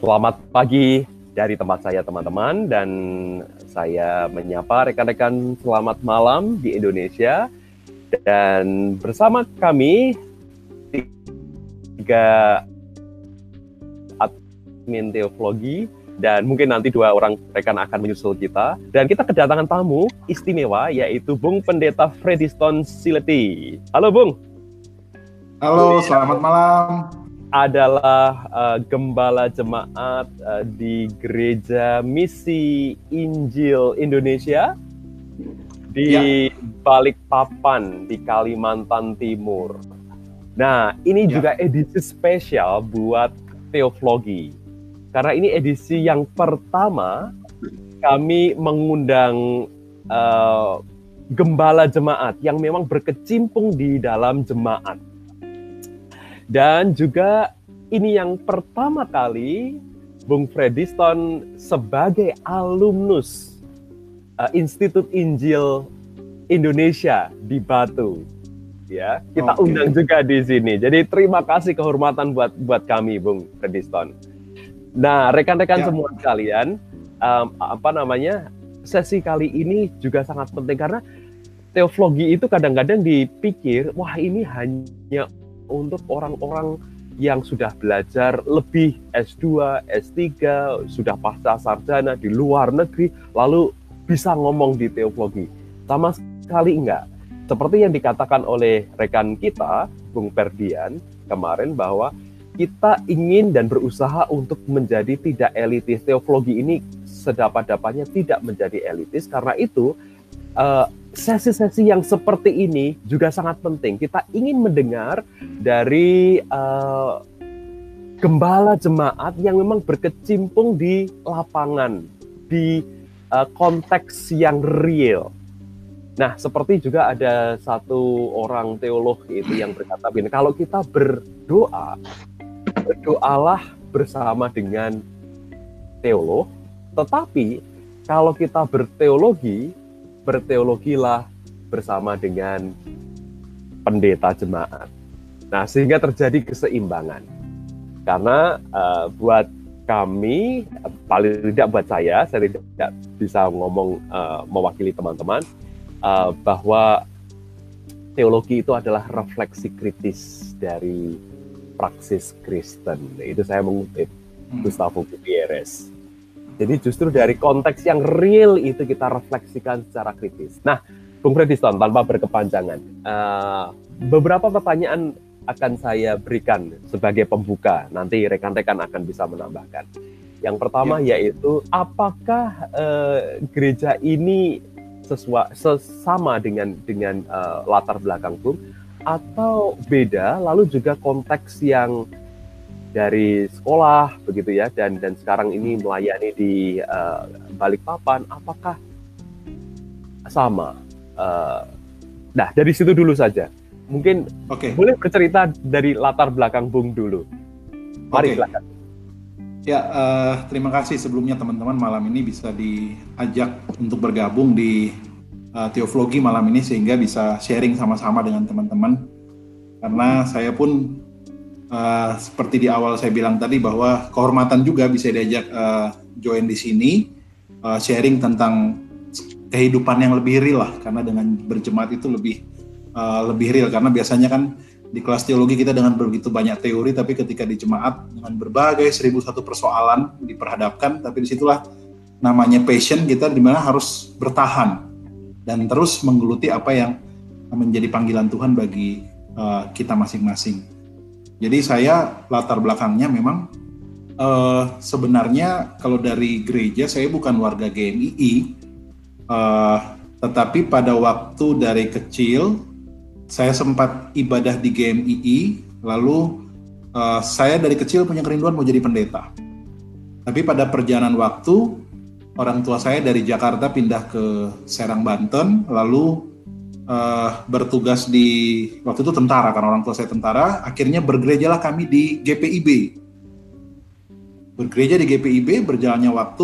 Selamat pagi dari tempat saya teman-teman, dan saya menyapa rekan-rekan selamat malam di Indonesia. Dan bersama kami 3 admin teologi, dan mungkin nanti 2 orang rekan akan menyusul kita. Dan kita kedatangan tamu istimewa, yaitu Bung Pendeta Frediston Sileti. Halo Bung. Halo, selamat malam. Adalah gembala jemaat di Gereja Misi Injil Indonesia di Balikpapan di Kalimantan Timur. Nah, ini juga edisi spesial buat teologi, karena ini edisi yang pertama kami mengundang gembala jemaat yang memang berkecimpung di dalam jemaat. Dan juga ini yang pertama kali Bung Frediston sebagai alumnus Institut Injil Indonesia di Batu. Ya, kita undang juga di sini. Jadi terima kasih, kehormatan buat kami, Bung Frediston. Nah, rekan-rekan semua sekalian, sesi kali ini juga sangat penting karena teologi itu kadang-kadang dipikir, wah ini hanya untuk orang-orang yang sudah belajar lebih S2, S3, sudah pasca sarjana di luar negeri, lalu bisa ngomong di teologi. Sama sekali enggak. Seperti yang dikatakan oleh rekan kita, Bung Ferdian, kemarin, bahwa kita ingin dan berusaha untuk menjadi tidak elitis. Teologi ini sedapat-dapatnya tidak menjadi elitis, karena itu sesi-sesi yang seperti ini juga sangat penting. Kita ingin mendengar dari gembala jemaat yang memang berkecimpung di lapangan, di konteks yang real. Nah, seperti juga ada satu orang teolog itu yang berkata begini, kalau kita berdoa, berdoalah bersama dengan teolog, tetapi kalau kita berteologi, berteologilah bersama dengan pendeta jemaat. Nah, sehingga terjadi keseimbangan. Karena buat kami, paling tidak buat saya tidak bisa ngomong mewakili teman-teman, bahwa teologi itu adalah refleksi kritis dari praksis Kristen. Itu saya mengutip Gustavo Gutierrez. Jadi justru dari konteks yang real itu kita refleksikan secara kritis. Nah, Bung Frediston, tanpa berkepanjangan, beberapa pertanyaan akan saya berikan sebagai pembuka. Nanti rekan-rekan akan bisa menambahkan. Yang pertama yaitu, apakah gereja ini sama dengan latar belakang Bung, atau beda? Lalu juga konteks yang dari sekolah begitu ya, dan sekarang ini melayani di Balikpapan, apakah sama? Nah, dari situ dulu saja. Mungkin boleh bercerita dari latar belakang Bung dulu. Mari silakan. Ya, terima kasih sebelumnya teman-teman, malam ini bisa diajak untuk bergabung di teologi malam ini sehingga bisa sharing sama-sama dengan teman-teman. Karena saya pun seperti di awal saya bilang tadi bahwa kehormatan juga bisa diajak join di sini, sharing tentang kehidupan yang lebih real lah, karena dengan berjemaat itu lebih real, karena biasanya kan di kelas teologi kita dengan begitu banyak teori, tapi ketika di jemaat dengan berbagai 1001 persoalan diperhadapkan, tapi disitulah namanya passion kita, dimana harus bertahan dan terus menggeluti apa yang menjadi panggilan Tuhan bagi kita masing-masing. Jadi saya latar belakangnya memang sebenarnya kalau dari gereja saya bukan warga GMII, tetapi pada waktu dari kecil saya sempat ibadah di GMII, lalu saya dari kecil punya kerinduan mau jadi pendeta. Tapi pada perjalanan waktu, orang tua saya dari Jakarta pindah ke Serang, Banten, lalu bertugas di, waktu itu tentara, karena orang tua saya tentara, akhirnya bergerejalah kami di GPIB. Bergereja di GPIB, berjalannya waktu,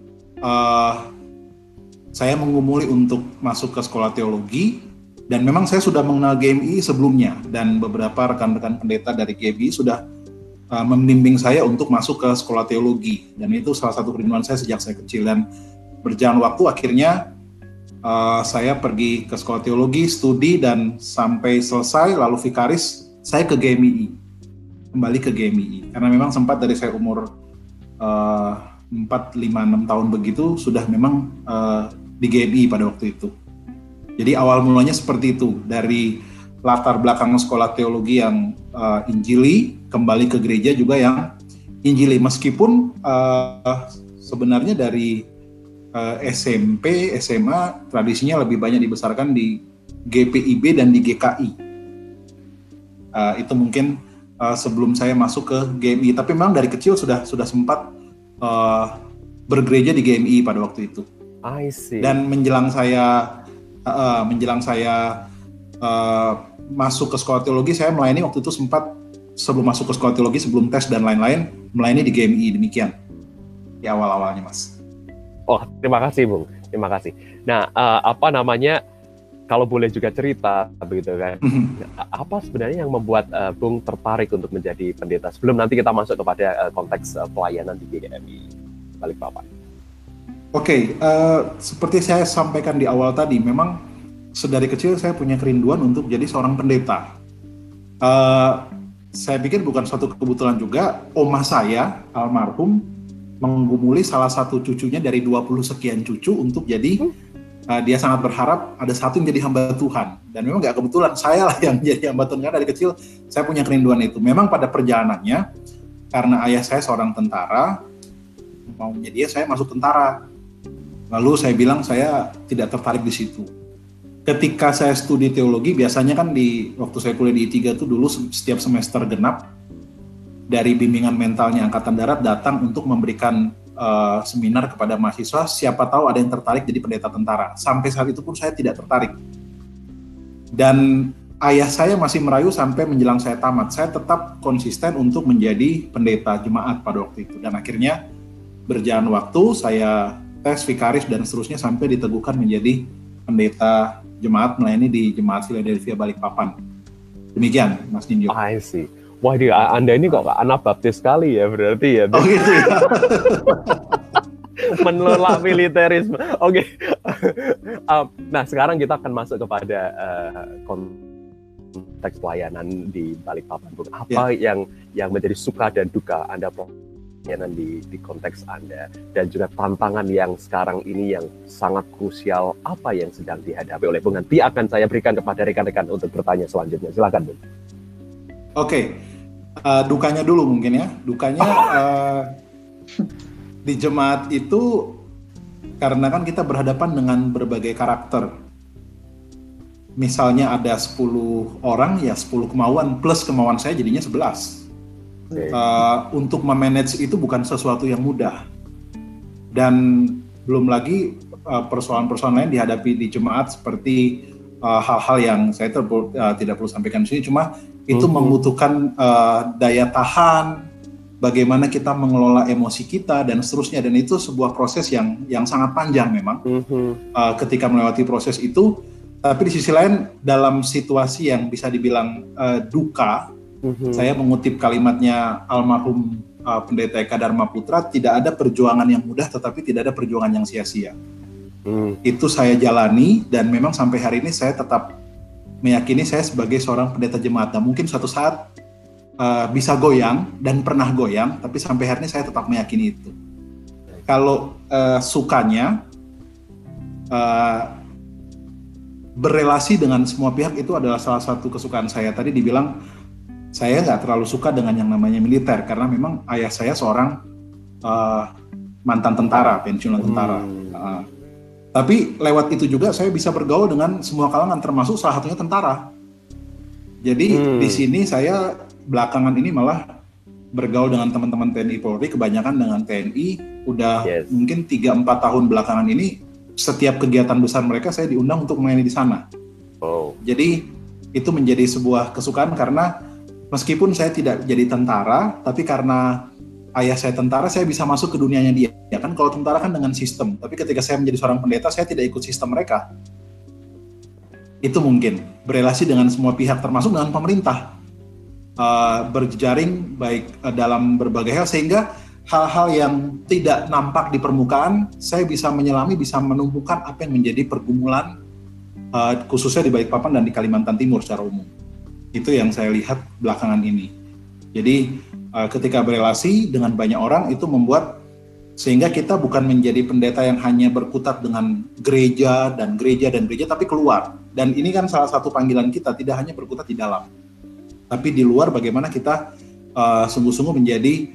saya mengumuli untuk masuk ke sekolah teologi, dan memang saya sudah mengenal GMI sebelumnya, dan beberapa rekan-rekan pendeta dari GMI sudah membimbing saya untuk masuk ke sekolah teologi, dan itu salah satu kerinduan saya sejak saya kecil. Dan berjalan waktu akhirnya saya pergi ke sekolah teologi, studi, dan sampai selesai lalu vikaris saya ke GMII, kembali ke GMII karena memang sempat dari saya umur 4, 5, 6 tahun begitu sudah memang di GMII pada waktu itu. Jadi awal mulanya seperti itu, dari latar belakang sekolah teologi yang Injili, kembali ke gereja juga yang Injili, meskipun sebenarnya dari SMP, SMA tradisinya lebih banyak dibesarkan di GPIB dan di GKI. Itu mungkin sebelum saya masuk ke GMI, tapi memang dari kecil sudah sempat bergereja di GMI pada waktu itu. I see. Dan menjelang saya masuk ke sekolah teologi, saya melayani waktu itu sempat sebelum masuk ke sekolah teologi, sebelum tes dan lain-lain, melayani di GMI, demikian di awal-awalnya, Mas. Oh, terima kasih, Bung. Terima kasih. Nah, kalau boleh juga cerita, begitu kan? Apa sebenarnya yang membuat Bung tertarik untuk menjadi pendeta? Sebelum nanti kita masuk kepada konteks pelayanan di GMI Balikpapan. Oke, seperti saya sampaikan di awal tadi, memang sedari kecil saya punya kerinduan untuk jadi seorang pendeta. Saya pikir bukan suatu kebetulan juga, oma saya, almarhum, menggumuli salah satu cucunya dari 20 sekian cucu untuk jadi, dia sangat berharap ada satu yang jadi hamba Tuhan. Dan memang gak kebetulan, saya lah yang jadi hamba Tuhan, karena dari kecil saya punya kerinduan itu. Memang pada perjalanannya, karena ayah saya seorang tentara, maunya dia saya masuk tentara. Lalu saya bilang saya tidak tertarik di situ. Ketika saya studi teologi, biasanya kan waktu saya kuliah di I3 itu dulu setiap semester genap, dari bimbingan mentalnya Angkatan Darat datang untuk memberikan seminar kepada mahasiswa, siapa tahu ada yang tertarik jadi pendeta tentara. Sampai saat itu pun saya tidak tertarik. Dan ayah saya masih merayu sampai menjelang saya tamat. Saya tetap konsisten untuk menjadi pendeta jemaat pada waktu itu. Dan akhirnya berjalan waktu, saya tes, vikaris, dan seterusnya sampai diteguhkan menjadi pendeta jemaat melayani di Jemaat Philadelphia Balikpapan. Demikian, Mas Ninjo. I see. Wah, Anda ini kok anak baptis sekali ya berarti ya. Oh gitu ya. Menolak militerisme. Oke. Nah, sekarang kita akan masuk kepada konteks pelayanan di Balikpapan. Apa yang menjadi suka dan duka Anda pelayanan di konteks Anda, dan juga tantangan yang sekarang ini yang sangat krusial, apa yang sedang dihadapi oleh Bung? Nanti akan saya berikan kepada rekan-rekan untuk bertanya selanjutnya. Silakan, Bung. Oke, dukanya dulu mungkin ya. Dukanya di jemaat itu, karena kan kita berhadapan dengan berbagai karakter. Misalnya ada 10 orang, ya 10 kemauan, plus kemauan saya jadinya 11. Okay. Untuk memanage itu bukan sesuatu yang mudah. Dan belum lagi persoalan-persoalan lain dihadapi di jemaat, seperti hal-hal yang saya tidak perlu sampaikan di sini, cuma itu membutuhkan daya tahan, bagaimana kita mengelola emosi kita dan seterusnya, dan itu sebuah proses yang sangat panjang memang. Ketika melewati proses itu, tapi di sisi lain dalam situasi yang bisa dibilang duka, saya mengutip kalimatnya almarhum Pendeta Eka Dharma Putra, tidak ada perjuangan yang mudah tetapi tidak ada perjuangan yang sia-sia. Itu saya jalani, dan memang sampai hari ini saya tetap meyakini saya sebagai seorang pendeta jemaat. Dan mungkin suatu saat bisa goyang, dan pernah goyang, tapi sampai hari ini saya tetap meyakini itu. Kalau sukanya, berelasi dengan semua pihak itu adalah salah satu kesukaan saya. Tadi dibilang saya nggak terlalu suka dengan yang namanya militer, karena memang ayah saya seorang mantan tentara, pensiunan tentara. Tapi lewat itu juga saya bisa bergaul dengan semua kalangan, termasuk salah satunya tentara. Jadi di sini saya belakangan ini malah bergaul dengan teman-teman TNI Polri, kebanyakan dengan TNI. Udah mungkin 3-4 tahun belakangan ini, setiap kegiatan besar mereka saya diundang untuk melayani di sana. Jadi itu menjadi sebuah kesukaan, karena meskipun saya tidak jadi tentara, tapi karena ayah saya tentara, saya bisa masuk ke dunianya dia. Ya kan, kalau tentara kan dengan sistem, tapi ketika saya menjadi seorang pendeta, saya tidak ikut sistem mereka. Itu mungkin berelasi dengan semua pihak, termasuk dengan pemerintah. berjejaring baik dalam berbagai hal, sehingga hal-hal yang tidak nampak di permukaan saya bisa menyelami, bisa menumbuhkan apa yang menjadi pergumulan khususnya di Balikpapan dan di Kalimantan Timur secara umum. Itu yang saya lihat belakangan ini. Jadi ketika berelasi dengan banyak orang itu membuat sehingga kita bukan menjadi pendeta yang hanya berkutat dengan gereja dan gereja dan gereja, tapi keluar. Dan ini kan salah satu panggilan kita, tidak hanya berkutat di dalam, tapi di luar bagaimana kita sungguh-sungguh menjadi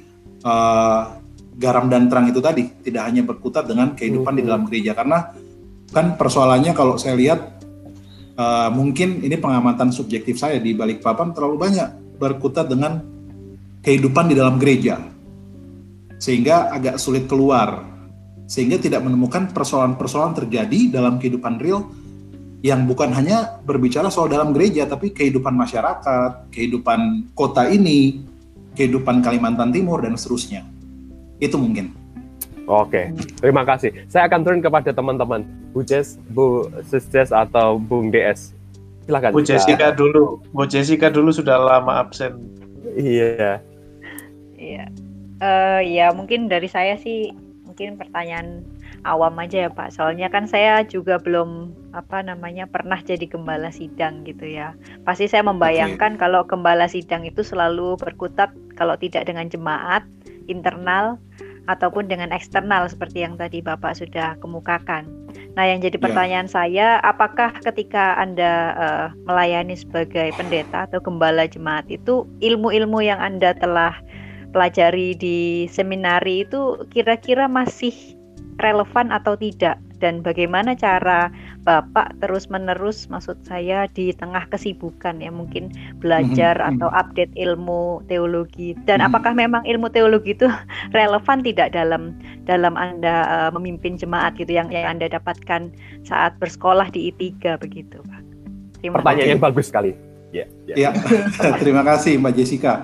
garam dan terang itu tadi, tidak hanya berkutat dengan kehidupan di dalam gereja. Karena kan persoalannya kalau saya lihat, mungkin ini pengamatan subjektif saya di Balikpapan, terlalu banyak berkutat dengan kehidupan di dalam gereja, sehingga agak sulit keluar, sehingga tidak menemukan persoalan-persoalan terjadi dalam kehidupan real yang bukan hanya berbicara soal dalam gereja, tapi kehidupan masyarakat, kehidupan kota ini, kehidupan Kalimantan Timur, dan seterusnya. Itu mungkin. Oke, terima kasih. Saya akan turun kepada teman-teman, Bu Jess, Bu Sis atau Bung DS. Silakan. Bu Jessica dulu. Bu Jessica dulu sudah lama absen. Iya. Iya. Ya mungkin dari saya sih mungkin pertanyaan awam aja ya Pak. Soalnya kan saya juga belum pernah jadi gembala sidang gitu ya. Pasti saya membayangkan kalau gembala sidang itu selalu berkutat kalau tidak dengan jemaat internal ataupun dengan eksternal seperti yang tadi Bapak sudah kemukakan. Nah, yang jadi pertanyaan saya, apakah ketika Anda melayani sebagai pendeta atau gembala jemaat itu ilmu-ilmu yang Anda telah pelajari di seminari itu kira-kira masih relevan atau tidak? Dan bagaimana cara Bapak terus-menerus, maksud saya di tengah kesibukan ya, mungkin belajar atau update ilmu teologi, dan apakah memang ilmu teologi itu relevan tidak dalam Anda memimpin jemaat gitu yang Anda dapatkan saat bersekolah di I3 begitu Pak? Pertanyaan yang bagus sekali. Ya. Terima kasih Mbak Jessica.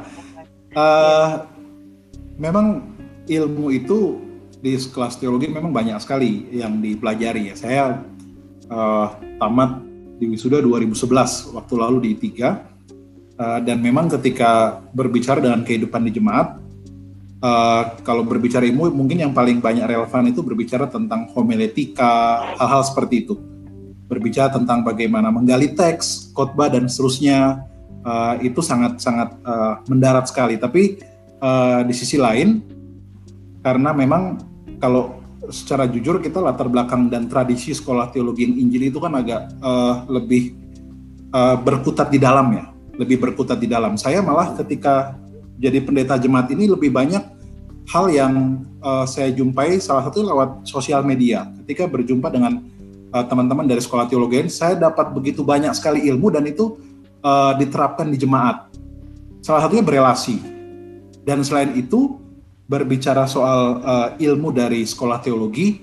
Memang ilmu itu di kelas teologi memang banyak sekali yang dipelajari ya. Saya tamat di wisuda 2011 waktu lalu di I3, dan memang ketika berbicara dengan kehidupan di jemaat, kalau berbicara ilmu mungkin yang paling banyak relevan itu berbicara tentang homiletika, hal-hal seperti itu. Berbicara tentang bagaimana menggali teks, khotbah dan seterusnya, itu sangat-sangat mendarat sekali. Tapi di sisi lain, karena memang kalau secara jujur kita latar belakang dan tradisi sekolah teologi yang Injili itu kan agak lebih berkutat di dalam ya, lebih berkutat di dalam. Saya malah ketika jadi pendeta jemaat ini lebih banyak hal yang saya jumpai, salah satu lewat sosial media. Ketika berjumpa dengan teman-teman dari sekolah teologi, saya dapat begitu banyak sekali ilmu dan itu diterapkan di jemaat. Salah satunya berelasi. Dan selain itu, berbicara soal ilmu dari sekolah teologi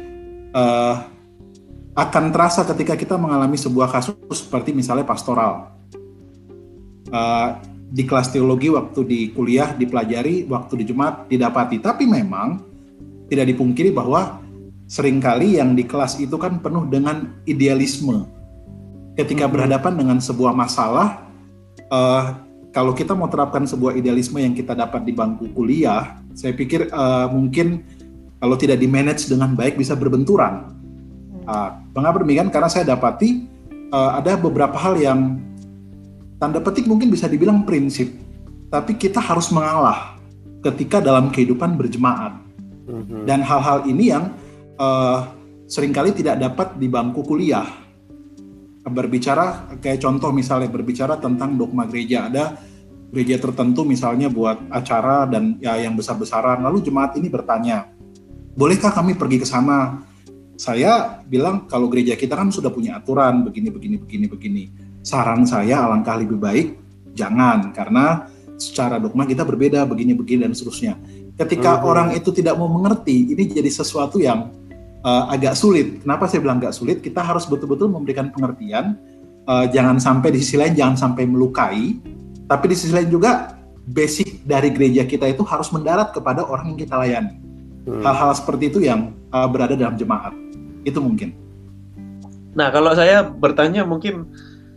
akan terasa ketika kita mengalami sebuah kasus seperti misalnya pastoral. Di kelas teologi, waktu di kuliah dipelajari, waktu di jemaat didapati. Tapi memang tidak dipungkiri bahwa seringkali yang di kelas itu kan penuh dengan idealisme. Ketika berhadapan dengan sebuah masalah, kalau kita mau terapkan sebuah idealisme yang kita dapat di bangku kuliah, saya pikir mungkin kalau tidak di-manage dengan baik bisa berbenturan. Mengapa demikian? Karena saya dapati ada beberapa hal yang tanda petik mungkin bisa dibilang prinsip, tapi kita harus mengalah ketika dalam kehidupan berjemaat. Dan hal-hal ini yang seringkali tidak dapat di bangku kuliah. Berbicara kayak contoh misalnya berbicara tentang dogma gereja, ada gereja tertentu misalnya buat acara dan ya yang besar-besaran, lalu jemaat ini bertanya, bolehkah kami pergi ke sana? Saya bilang kalau gereja kita kan sudah punya aturan begini. Saran saya alangkah lebih baik jangan, karena secara dogma kita berbeda begini dan seterusnya. Ketika orang itu tidak mau mengerti, ini jadi sesuatu yang agak sulit. Kenapa saya bilang agak sulit? Kita harus betul-betul memberikan pengertian, jangan sampai di sisi lain jangan sampai melukai, tapi di sisi lain juga basic dari gereja kita itu harus mendarat kepada orang yang kita layani. Hal-hal seperti itu yang berada dalam jemaat. Itu mungkin. Nah, kalau saya bertanya mungkin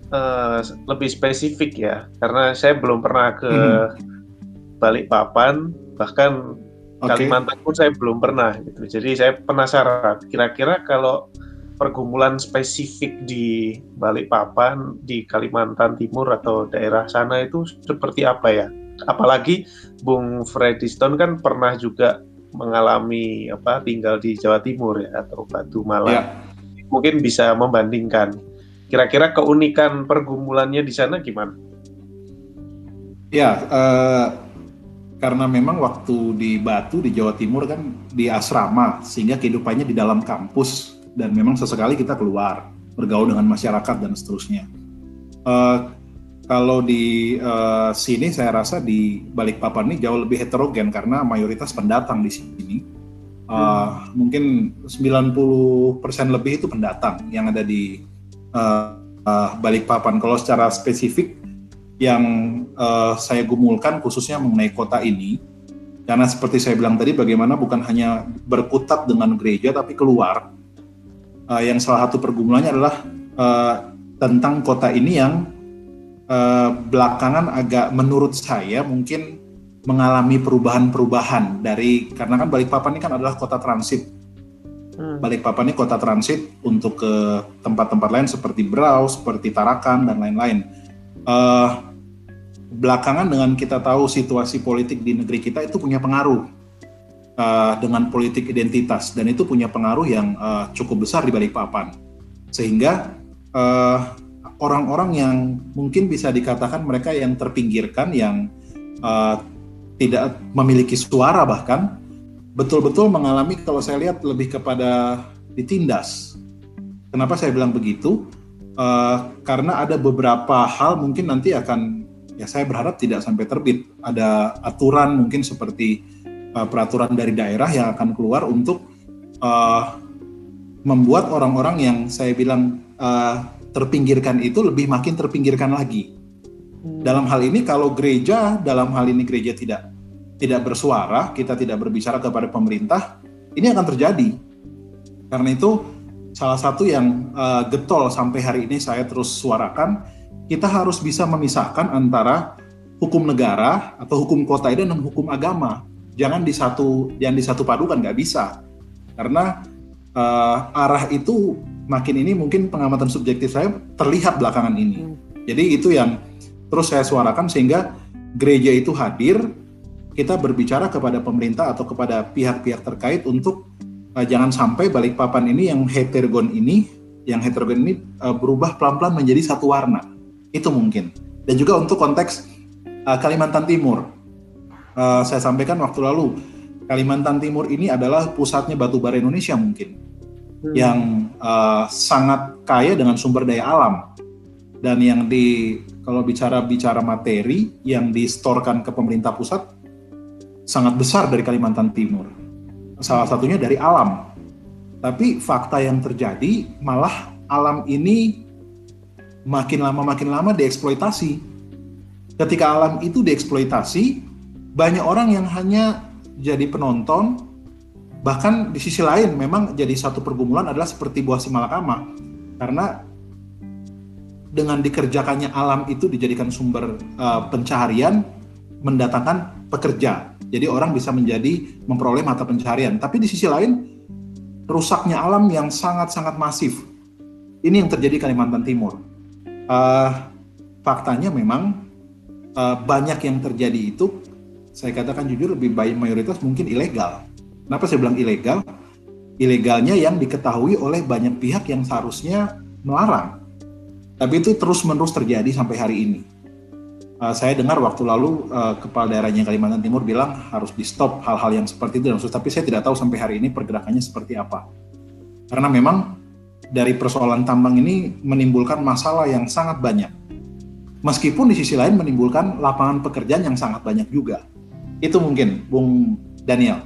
lebih spesifik ya, karena saya belum pernah ke Balikpapan, bahkan Kalimantan pun saya belum pernah gitu. Jadi saya penasaran, kira-kira kalau pergumulan spesifik di Balikpapan, di Kalimantan Timur atau daerah sana itu seperti apa ya? Apalagi Bung Frediston kan pernah juga mengalami tinggal di Jawa Timur ya, atau Batu Malang. Mungkin bisa membandingkan. Kira-kira keunikan pergumulannya di sana gimana? Ya, karena memang waktu di Batu di Jawa Timur kan di asrama, sehingga kehidupannya di dalam kampus dan memang sesekali kita keluar bergaul dengan masyarakat dan seterusnya. Kalau di sini saya rasa di Balikpapan ini jauh lebih heterogen karena mayoritas pendatang di sini. Mungkin 90% lebih itu pendatang yang ada di Balikpapan. Kalau secara spesifik yang saya gumulkan khususnya mengenai kota ini, karena seperti saya bilang tadi, bagaimana bukan hanya berkutat dengan gereja tapi keluar. Yang salah satu pergumulannya adalah tentang kota ini yang belakangan agak menurut saya mungkin mengalami perubahan-perubahan karena kan Balikpapan ini kan adalah kota transit. Balikpapan ini kota transit untuk ke tempat-tempat lain seperti Berau, seperti Tarakan dan lain-lain. Belakangan dengan kita tahu situasi politik di negeri kita itu punya pengaruh dengan politik identitas, dan itu punya pengaruh yang cukup besar di Balikpapan, sehingga orang-orang yang mungkin bisa dikatakan mereka yang terpinggirkan, yang tidak memiliki suara bahkan, betul-betul mengalami, kalau saya lihat lebih kepada ditindas. Kenapa saya bilang begitu? Karena ada beberapa hal mungkin nanti akan, ya saya berharap tidak sampai terbit, ada aturan mungkin seperti peraturan dari daerah yang akan keluar untuk membuat orang-orang yang saya bilang terpinggirkan itu lebih makin terpinggirkan lagi. Dalam hal ini kalau gereja, tidak bersuara, kita tidak berbicara kepada pemerintah, ini akan terjadi. Karena itu salah satu yang getol sampai hari ini saya terus suarakan, kita harus bisa memisahkan antara hukum negara atau hukum kota ini dan hukum agama. Jangan disatu padukan, nggak bisa. Karena arah itu makin ini mungkin pengamatan subjektif saya terlihat belakangan ini. Jadi itu yang terus saya suarakan, sehingga gereja itu hadir, kita berbicara kepada pemerintah atau kepada pihak-pihak terkait untuk jangan sampai Balikpapan ini yang heterogen ini berubah pelan-pelan menjadi satu warna. Itu mungkin. Dan juga untuk konteks Kalimantan Timur. Saya sampaikan waktu lalu, Kalimantan Timur ini adalah pusatnya batubara Indonesia mungkin, yang sangat kaya dengan sumber daya alam, dan yang kalau bicara materi yang distorkan ke pemerintah pusat sangat besar dari Kalimantan Timur, salah satunya dari alam. Tapi fakta yang terjadi malah alam ini makin lama dieksploitasi. Ketika alam itu dieksploitasi, banyak orang yang hanya jadi penonton. Bahkan di sisi lain memang jadi satu pergumulan adalah seperti Buah Simalakama, karena dengan dikerjakannya alam itu dijadikan sumber pencaharian, mendatangkan pekerja. Jadi orang bisa memperoleh mata pencaharian. Tapi di sisi lain, rusaknya alam yang sangat-sangat masif. Ini yang terjadi di Kalimantan Timur. Faktanya memang banyak yang terjadi itu, saya katakan jujur, lebih baik mayoritas mungkin ilegal. Kenapa saya bilang ilegal? Ilegalnya yang diketahui oleh banyak pihak yang seharusnya melarang. Tapi itu terus-menerus terjadi sampai hari ini. Saya dengar waktu lalu kepala daerahnya Kalimantan Timur bilang harus di-stop hal-hal yang seperti itu, tapi saya tidak tahu sampai hari ini pergerakannya seperti apa. Karena memang dari persoalan tambang ini menimbulkan masalah yang sangat banyak. Meskipun di sisi lain menimbulkan lapangan pekerjaan yang sangat banyak juga. Itu mungkin, Bung Daniel.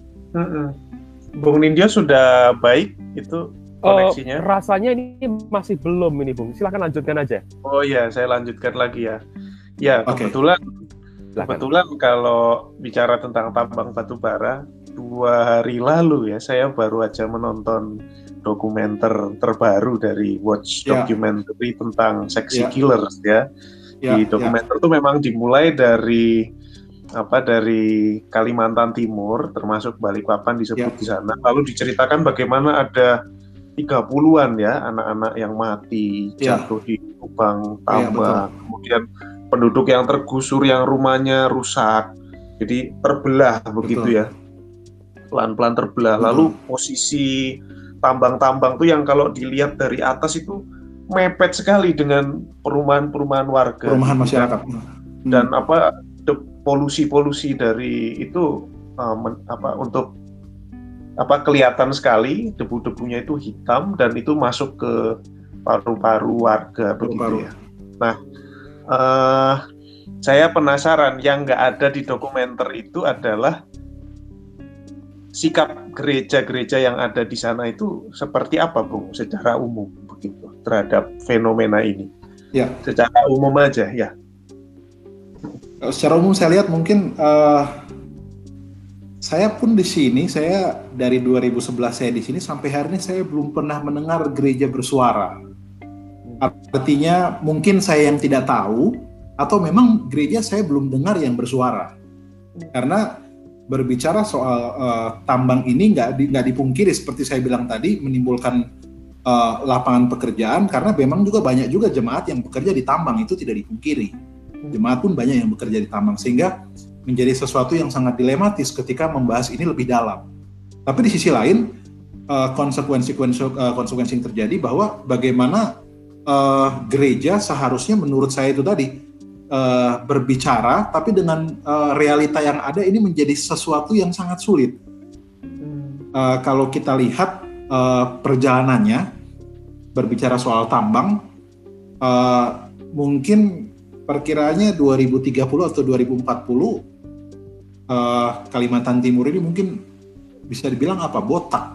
Bung Nindyo sudah baik itu koneksinya? Rasanya ini masih belum ini, Bung. Silakan lanjutkan aja. Oh iya, saya lanjutkan lagi ya. Ya, Okay. Kebetulan kalau bicara tentang tambang batu bara, 2 hari lalu ya, saya baru aja menonton dokumenter terbaru dari Watch Documentary tentang Sexy Killers ya. Di dokumenter itu memang dimulai dari Kalimantan Timur, termasuk Balikpapan disebut di sana. Lalu diceritakan bagaimana ada 30-an ya anak-anak yang mati jatuh di lubang tambang, kemudian penduduk yang tergusur, yang rumahnya rusak, jadi terbelah begitu ya, pelan-pelan terbelah. Lalu posisi tambang-tambang tuh yang kalau dilihat dari atas itu mepet sekali dengan perumahan-perumahan warga, perumahan masyarakat, dan polusi-polusi dari itu untuk kelihatan sekali, debu-debunya itu hitam dan itu masuk ke paru-paru warga begitu ya. Nah, saya penasaran, yang nggak ada di dokumenter itu adalah sikap gereja-gereja yang ada di sana itu seperti apa, Bung, secara umum begitu terhadap fenomena ini. Ya. Secara umum aja ya. Secara umum saya lihat mungkin saya pun di sini, saya dari 2011 saya di sini sampai hari ini saya belum pernah mendengar gereja bersuara. Artinya mungkin saya yang tidak tahu atau memang gereja saya belum dengar yang bersuara. Karena berbicara soal tambang ini nggak dipungkiri seperti saya bilang tadi, menimbulkan lapangan pekerjaan, karena memang juga banyak juga jemaat yang bekerja di tambang, itu tidak dipungkiri. Jemaat pun banyak yang bekerja di tambang, sehingga menjadi sesuatu yang sangat dilematis ketika membahas ini lebih dalam. Tapi di sisi lain konsekuensi yang terjadi bahwa bagaimana gereja seharusnya menurut saya itu tadi berbicara, tapi dengan realita yang ada ini menjadi sesuatu yang sangat sulit. Kalau kita lihat perjalanannya berbicara soal tambang, mungkin perkiraannya 2030 atau 2040 Kalimantan Timur ini mungkin bisa dibilang botak,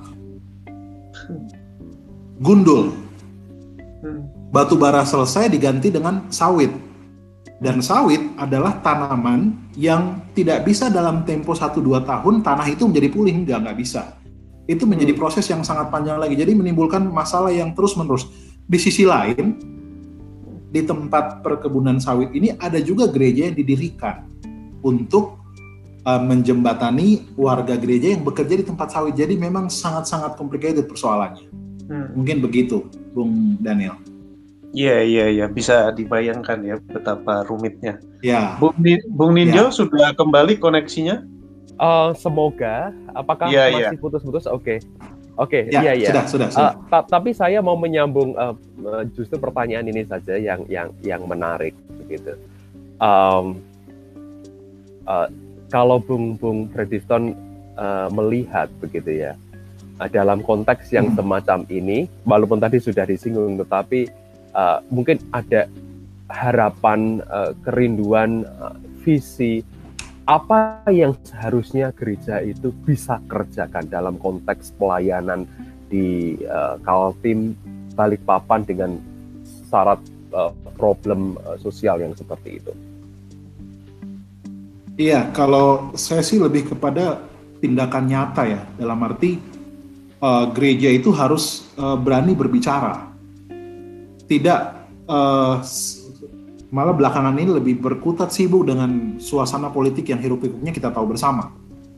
gundul, batu bara selesai diganti dengan sawit, dan sawit adalah tanaman yang tidak bisa dalam tempo 1-2 tahun tanah itu menjadi pulih, nggak bisa. Itu menjadi proses yang sangat panjang lagi, jadi menimbulkan masalah yang terus menerus. Di sisi lain, di tempat perkebunan sawit ini ada juga gereja yang didirikan untuk menjembatani warga gereja yang bekerja di tempat sawit. Jadi memang sangat-sangat complicated persoalannya. Mungkin begitu, Bung Daniel. Iya, bisa dibayangkan ya betapa rumitnya. Ya. Bung Ninjo sudah kembali koneksinya? Semoga. Apakah masih putus-putus? Oke. Iya. Sudah. Tapi saya mau menyambung justru pertanyaan ini saja yang menarik begitu. Kalau Bung Frediston melihat begitu ya, dalam konteks yang semacam ini, walaupun tadi sudah disinggung, tetapi mungkin ada harapan, kerinduan, visi apa yang seharusnya gereja itu bisa kerjakan dalam konteks pelayanan di Kaltim Balikpapan dengan syarat problem sosial yang seperti itu. Iya, kalau saya sih lebih kepada tindakan nyata ya, dalam arti gereja itu harus berani berbicara. Tidak malah belakangan ini lebih berkutat sibuk dengan suasana politik yang hiruk-pikuknya kita tahu bersama.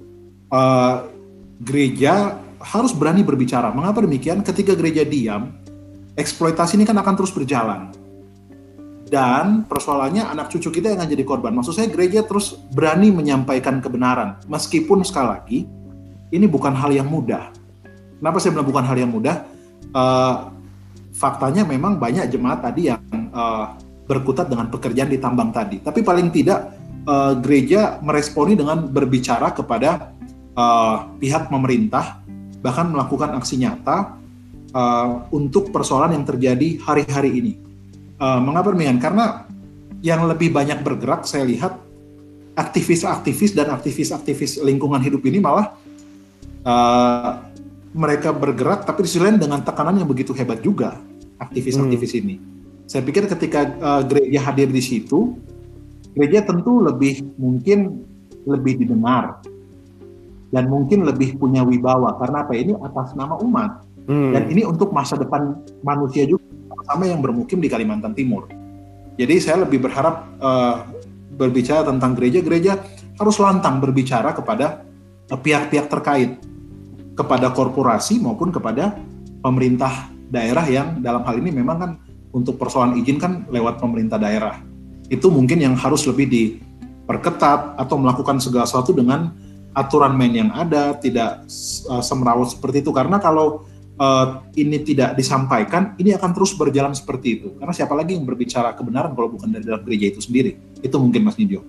Gereja harus berani berbicara. Mengapa demikian? Ketika gereja diam, eksploitasi ini kan akan terus berjalan. Dan persoalannya anak cucu kita yang akan jadi korban. Maksud saya gereja terus berani menyampaikan kebenaran. Meskipun sekali lagi, ini bukan hal yang mudah. Kenapa saya bilang bukan hal yang mudah? Faktanya memang banyak jemaat tadi yang berkutat dengan pekerjaan di tambang tadi. Tapi paling tidak gereja meresponi dengan berbicara kepada pihak pemerintah, bahkan melakukan aksi nyata untuk persoalan yang terjadi hari-hari ini. Mengapa demikian? Karena yang lebih banyak bergerak, saya lihat aktivis-aktivis dan aktivis-aktivis lingkungan hidup ini malah mereka bergerak, tapi di sisi lain dengan tekanan yang begitu hebat juga aktivis-aktivis ini. Saya pikir ketika gereja hadir di situ, gereja tentu mungkin lebih didengar dan mungkin lebih punya wibawa. Karena apa? Ini atas nama umat. Dan ini untuk masa depan manusia juga, sama yang bermukim di Kalimantan Timur. Jadi saya lebih berharap berbicara tentang gereja harus lantang berbicara kepada pihak-pihak terkait, kepada korporasi maupun kepada pemerintah daerah yang dalam hal ini memang kan untuk persoalan izin kan lewat pemerintah daerah. Itu mungkin yang harus lebih diperketat atau melakukan segala sesuatu dengan aturan main yang ada, tidak semrawut seperti itu. Karena kalau ini tidak disampaikan, ini akan terus berjalan seperti itu. Karena siapa lagi yang berbicara kebenaran kalau bukan dari dalam gereja itu sendiri? Itu mungkin Mas Nidyo.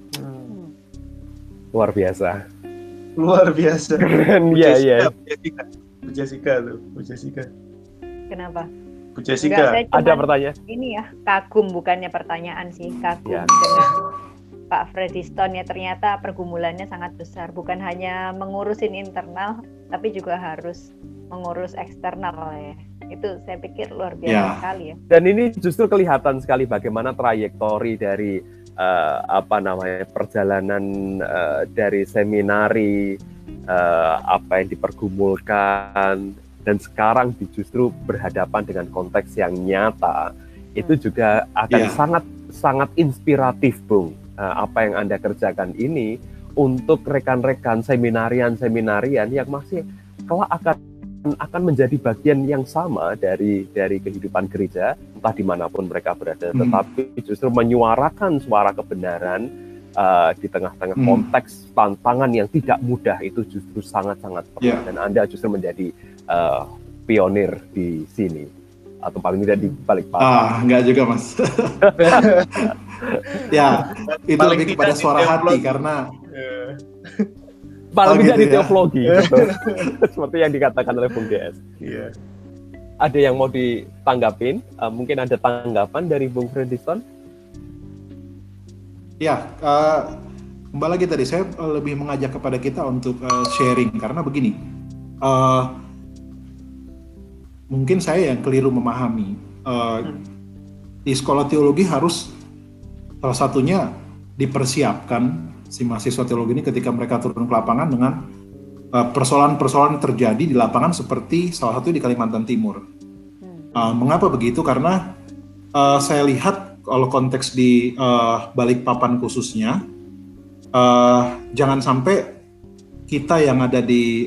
Luar biasa. Keren, ya. Bu Jessica. Kenapa? Bu Jessica. Ada pertanyaan? Ini ya, kagum bukannya pertanyaan sih, kagum Ya. dengan Pak Frediston ya, ternyata pergumulannya sangat besar, bukan hanya mengurusin internal, tapi juga harus mengurus eksternal ya. Itu saya pikir luar biasa sekali ya. Dan ini justru kelihatan sekali bagaimana trayektori dari perjalanan dari seminari, apa yang dipergumulkan, dan sekarang justru berhadapan dengan konteks yang nyata. Itu juga akan sangat inspiratif, Bung. Apa yang Anda kerjakan ini untuk rekan-rekan seminarian yang masih kelak akan menjadi bagian yang sama dari kehidupan gereja, entah dimanapun mereka berada, tetapi justru menyuarakan suara kebenaran di tengah-tengah konteks tantangan yang tidak mudah, itu justru sangat-sangat perlu. Dan Anda justru menjadi pionir di sini, atau paling tidak di Balikpapan. Enggak juga, Mas. Ya, itu paling lebih kepada suara hati karena paling tidak gitu di teologi, betul. Seperti yang dikatakan oleh Bung DS. Iya. Ada yang mau ditanggapin? Mungkin ada tanggapan dari Bung Frediston? Ya, kembali lagi tadi saya lebih mengajak kepada kita untuk sharing karena begini, mungkin saya yang keliru memahami. Di sekolah teologi harus salah satunya dipersiapkan si mahasiswa teologi ini ketika mereka turun ke lapangan dengan persoalan-persoalan yang terjadi di lapangan seperti salah satu di Kalimantan Timur. Mengapa begitu? Karena saya lihat kalau konteks di Balikpapan khususnya, jangan sampai kita yang ada di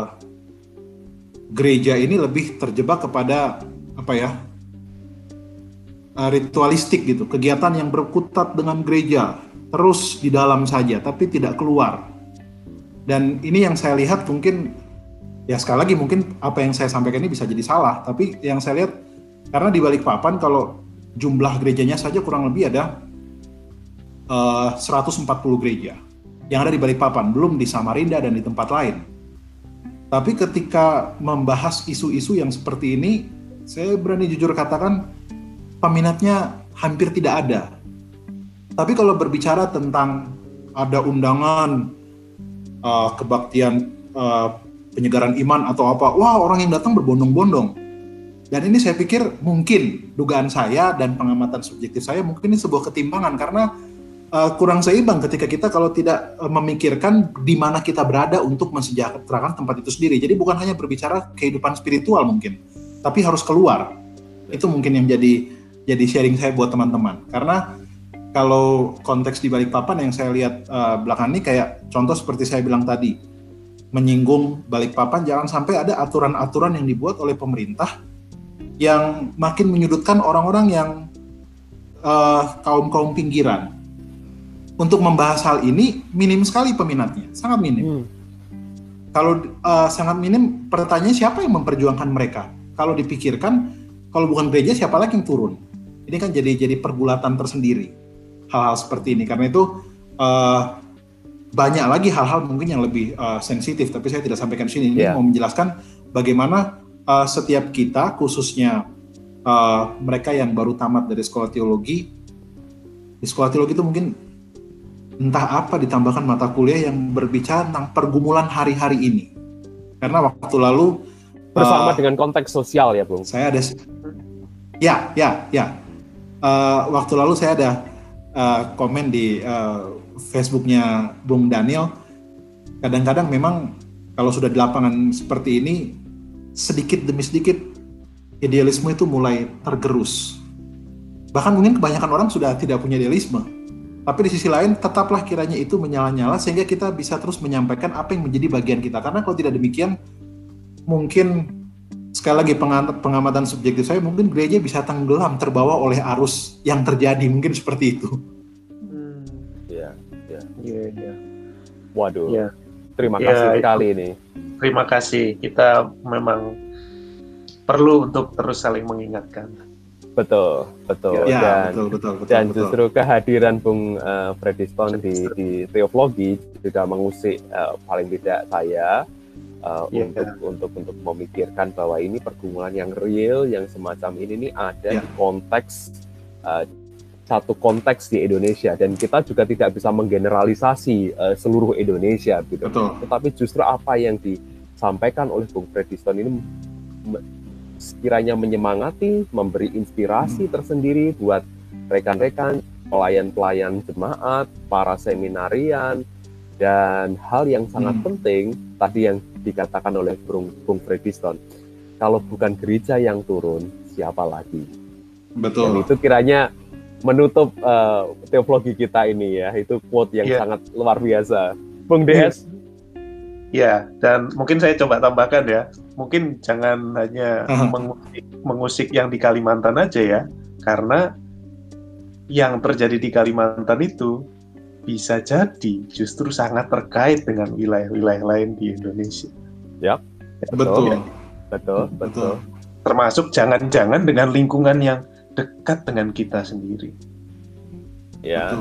gereja ini lebih terjebak kepada ritualistik gitu, kegiatan yang berkutat dengan gereja, terus di dalam saja, tapi tidak keluar. Dan ini yang saya lihat mungkin, ya sekali lagi mungkin apa yang saya sampaikan ini bisa jadi salah, tapi yang saya lihat, karena di Balikpapan kalau jumlah gerejanya saja kurang lebih ada 140 gereja yang ada di Balikpapan, belum di Samarinda dan di tempat lain. Tapi ketika membahas isu-isu yang seperti ini, saya berani jujur katakan, peminatnya hampir tidak ada. Tapi kalau berbicara tentang ada undangan kebaktian penyegaran iman atau apa, wah orang yang datang berbondong-bondong. Dan ini saya pikir mungkin dugaan saya dan pengamatan subjektif saya mungkin ini sebuah ketimpangan karena kurang seimbang ketika kita kalau tidak memikirkan di mana kita berada untuk mensejahterakan tempat itu sendiri. Jadi bukan hanya berbicara kehidupan spiritual mungkin, tapi harus keluar. Itu mungkin yang jadi sharing saya buat teman-teman. Karena kalau konteks di Balikpapan yang saya lihat belakangan ini kayak contoh seperti saya bilang tadi, menyinggung Balikpapan, jangan sampai ada aturan-aturan yang dibuat oleh pemerintah yang makin menyudutkan orang-orang yang kaum-kaum pinggiran. Untuk membahas hal ini minim sekali peminatnya, sangat minim. Kalau sangat minim, pertanyaannya siapa yang memperjuangkan mereka? Kalau dipikirkan, kalau bukan gereja siapa lagi yang turun? Ini kan jadi pergulatan tersendiri hal-hal seperti ini. Karena itu banyak lagi hal-hal mungkin yang lebih sensitif, tapi saya tidak sampaikan di sini. Ini mau menjelaskan bagaimana setiap kita, khususnya mereka yang baru tamat dari sekolah teologi, di sekolah teologi itu mungkin entah apa ditambahkan mata kuliah yang berbicara tentang pergumulan hari-hari ini. Karena waktu lalu bersama dengan konteks sosial ya, Bung. Saya ada waktu lalu saya ada komen di Facebooknya Bung Daniel. Kadang-kadang memang kalau sudah di lapangan seperti ini sedikit demi sedikit idealisme itu mulai tergerus. Bahkan mungkin kebanyakan orang sudah tidak punya idealisme. Tapi di sisi lain tetaplah kiranya itu menyala-nyala sehingga kita bisa terus menyampaikan apa yang menjadi bagian kita. Karena kalau tidak demikian, mungkin sekali lagi pengamatan subjektif saya, mungkin gereja bisa tenggelam terbawa oleh arus yang terjadi, mungkin seperti itu. Iya. Waduh. Iya. Terima kasih sekali ini. Terima kasih. Kita memang perlu untuk terus saling mengingatkan. Betul. Ya, Dan betul. justru kehadiran Bung Frediston di teologi juga mengusik paling tidak saya untuk memikirkan bahwa ini pergumulan yang real, yang semacam ini nih ada di konteks satu konteks di Indonesia, dan kita juga tidak bisa menggeneralisasi seluruh Indonesia gitu. Betul. Tetapi justru apa yang disampaikan oleh Bung Frediston ini sekiranya menyemangati, memberi inspirasi tersendiri buat rekan-rekan, pelayan-pelayan jemaat, para seminarian, dan hal yang sangat penting tadi yang dikatakan oleh Bung Frediston, kalau bukan gereja yang turun, siapa lagi? Betul. Dan itu kiranya menutup teologi kita ini ya, itu quote yang sangat luar biasa. Bung DS? Ya, dan mungkin saya coba tambahkan ya, mungkin jangan hanya mengusik yang di Kalimantan aja ya, karena yang terjadi di Kalimantan itu bisa jadi justru sangat terkait dengan wilayah-wilayah lain di Indonesia. Ya, betul. Termasuk jangan-jangan dengan lingkungan yang dekat dengan kita sendiri. Ya,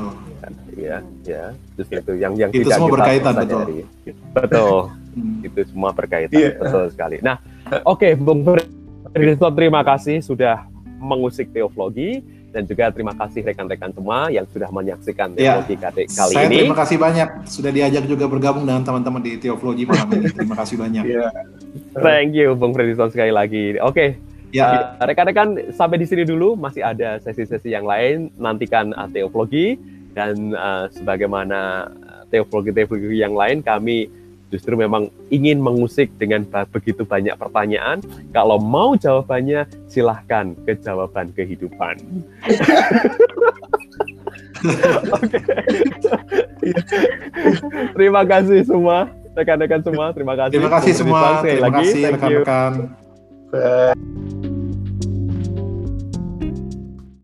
justru itu yang itu tidak semua kita berkaitan, sadari. Betul. Itu semua berkaitan, betul sekali. Nah, oke, Bung Frediston, terima kasih sudah mengusik teologi, dan juga terima kasih rekan-rekan semua yang sudah menyaksikan teologi kali saya ini. Terima kasih banyak sudah diajak juga bergabung dengan teman-teman di teologi malam ini. Terima kasih banyak. Thank you, Bung Frediston, sekali lagi. Oke. Rekan-rekan, sampai di sini dulu, masih ada sesi-sesi yang lain. Nantikan teologi, dan sebagaimana teologi yang lain, kami justru memang ingin mengusik dengan begitu banyak pertanyaan. Kalau mau jawabannya, silahkan ke jawaban kehidupan. Terima kasih semua, rekan-rekan semua. Terima kasih. Terima kasih semua. Terima kasih rekan-rekan.